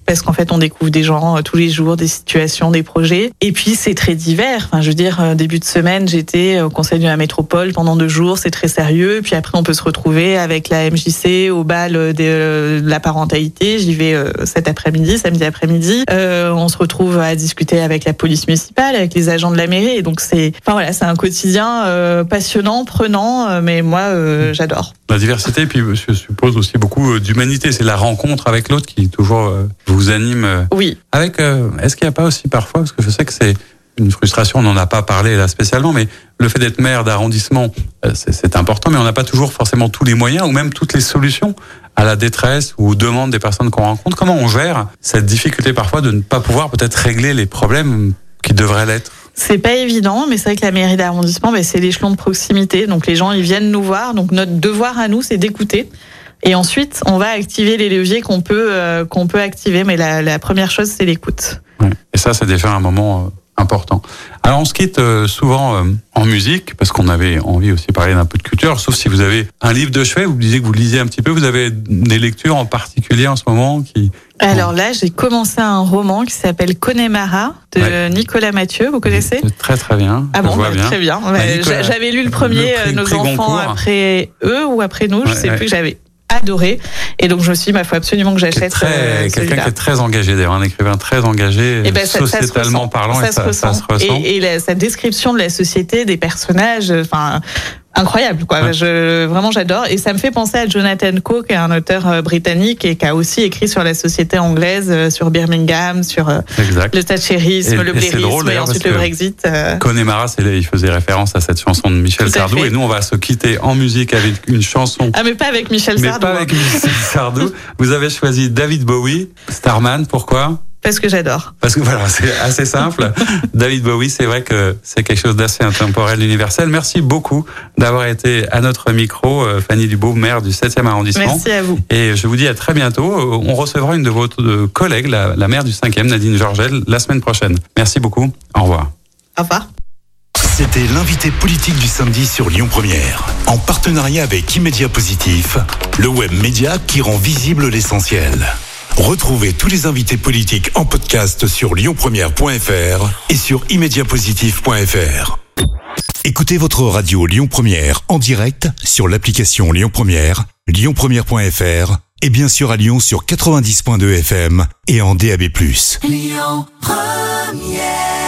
[SPEAKER 4] parce qu'en fait, on découvre des gens euh, tous les jours, des situations, des projets. Et puis, c'est très divers. Enfin, je veux dire, euh, début de semaine, j'étais au Conseil de la Métropole pendant deux jours, c'est très sérieux. Puis après, on peut se retrouver avec la M J C au bal de, de la parentalité. J'y vais euh, cet après-midi, samedi après-midi. Euh, on se retrouve à discuter avec la police municipale, avec les agents de la mairie. Et donc, c'est, enfin voilà, c'est un quotidien euh, passionnant, prenant, euh, mais moi, euh, j'adore.
[SPEAKER 3] La diversité, puis je suppose aussi beaucoup d'humanité. C'est la rencontre avec l'autre qui toujours euh, vous anime. Euh,
[SPEAKER 4] oui.
[SPEAKER 3] Avec, euh, est-ce qu'il n'y a pas aussi parfois, parce que je sais que c'est une frustration, on n'en a pas parlé là spécialement, mais le fait d'être maire d'arrondissement, euh, c'est, c'est important, mais on n'a pas toujours forcément tous les moyens ou même toutes les solutions à la détresse ou aux demandes des personnes qu'on rencontre. Comment on gère cette difficulté parfois de ne pas pouvoir peut-être régler les problèmes qui devraient l'être?
[SPEAKER 4] C'est pas évident, mais c'est vrai que la mairie d'arrondissement, ben, c'est l'échelon de proximité. Donc les gens, ils viennent nous voir. Donc notre devoir à nous, c'est d'écouter. Et ensuite, on va activer les leviers qu'on peut euh, qu'on peut activer. Mais la, la première chose, c'est l'écoute.
[SPEAKER 3] Ouais. Et ça, c'est déjà un moment euh, important. Alors, on se quitte euh, souvent euh, en musique, parce qu'on avait envie aussi de parler d'un peu de culture, sauf si vous avez un livre de chevet, vous disiez que vous lisez un petit peu, vous avez des lectures en particulier en ce moment qui...
[SPEAKER 4] Alors là, j'ai commencé un roman qui s'appelle Connemara de ouais. Nicolas Mathieu, vous connaissez?
[SPEAKER 3] Très très bien.
[SPEAKER 4] Ah bon, bah,
[SPEAKER 3] bien.
[SPEAKER 4] Très bien. Bah, Nicolas, j'avais lu le premier, le prix, Nos prix enfants Goncourt. Après eux ou après nous, je ouais, sais ouais. plus, que j'avais adoré. Et donc, je me suis dit, il faut absolument que j'achète.
[SPEAKER 3] Très, euh, quelqu'un qui est très engagé, d'ailleurs, un écrivain très engagé, et ben, ça, sociétalement ça parlant, ça et ça, ça se ressent.
[SPEAKER 4] Et, et la, sa description de la société, des personnages, enfin, incroyable, quoi. Ouais. Je, vraiment, j'adore. Et ça me fait penser à Jonathan Coe, qui est un auteur britannique et qui a aussi écrit sur la société anglaise, sur Birmingham, sur exact. Le thatchérisme, et, le blairisme, et, et ensuite le Brexit.
[SPEAKER 3] Connemara, c'est, il faisait référence à cette chanson de Michel Sardou. Et nous, on va se quitter en musique avec une chanson.
[SPEAKER 4] Ah, mais pas avec Michel
[SPEAKER 3] mais
[SPEAKER 4] Sardou.
[SPEAKER 3] Mais pas avec Michel Sardou. Vous avez choisi David Bowie, Starman. Pourquoi?
[SPEAKER 4] Parce que j'adore.
[SPEAKER 3] Parce que voilà, c'est assez simple. David Bowie, c'est vrai que c'est quelque chose d'assez intemporel, universel. Merci beaucoup d'avoir été à notre micro, Fanny Dubourg, maire du septième arrondissement.
[SPEAKER 4] Merci à vous.
[SPEAKER 3] Et je vous dis à très bientôt. On recevra une de vos collègues, la, la maire du cinquième, Nadine Georgel, la semaine prochaine. Merci beaucoup. Au revoir.
[SPEAKER 4] Au revoir.
[SPEAKER 1] C'était l'invité politique du samedi sur Lyon Première, en partenariat avec Immédiat Positif, le web média qui rend visible l'essentiel. Retrouvez tous les invités politiques en podcast sur lyon première point f r et sur immédiat positif point f r. Écoutez votre radio Lyon Première en direct sur l'application Lyon Première, lyon première point f r et bien sûr à Lyon sur quatre-vingt-dix point deux F M et en D A B plus.
[SPEAKER 2] Lyon Première.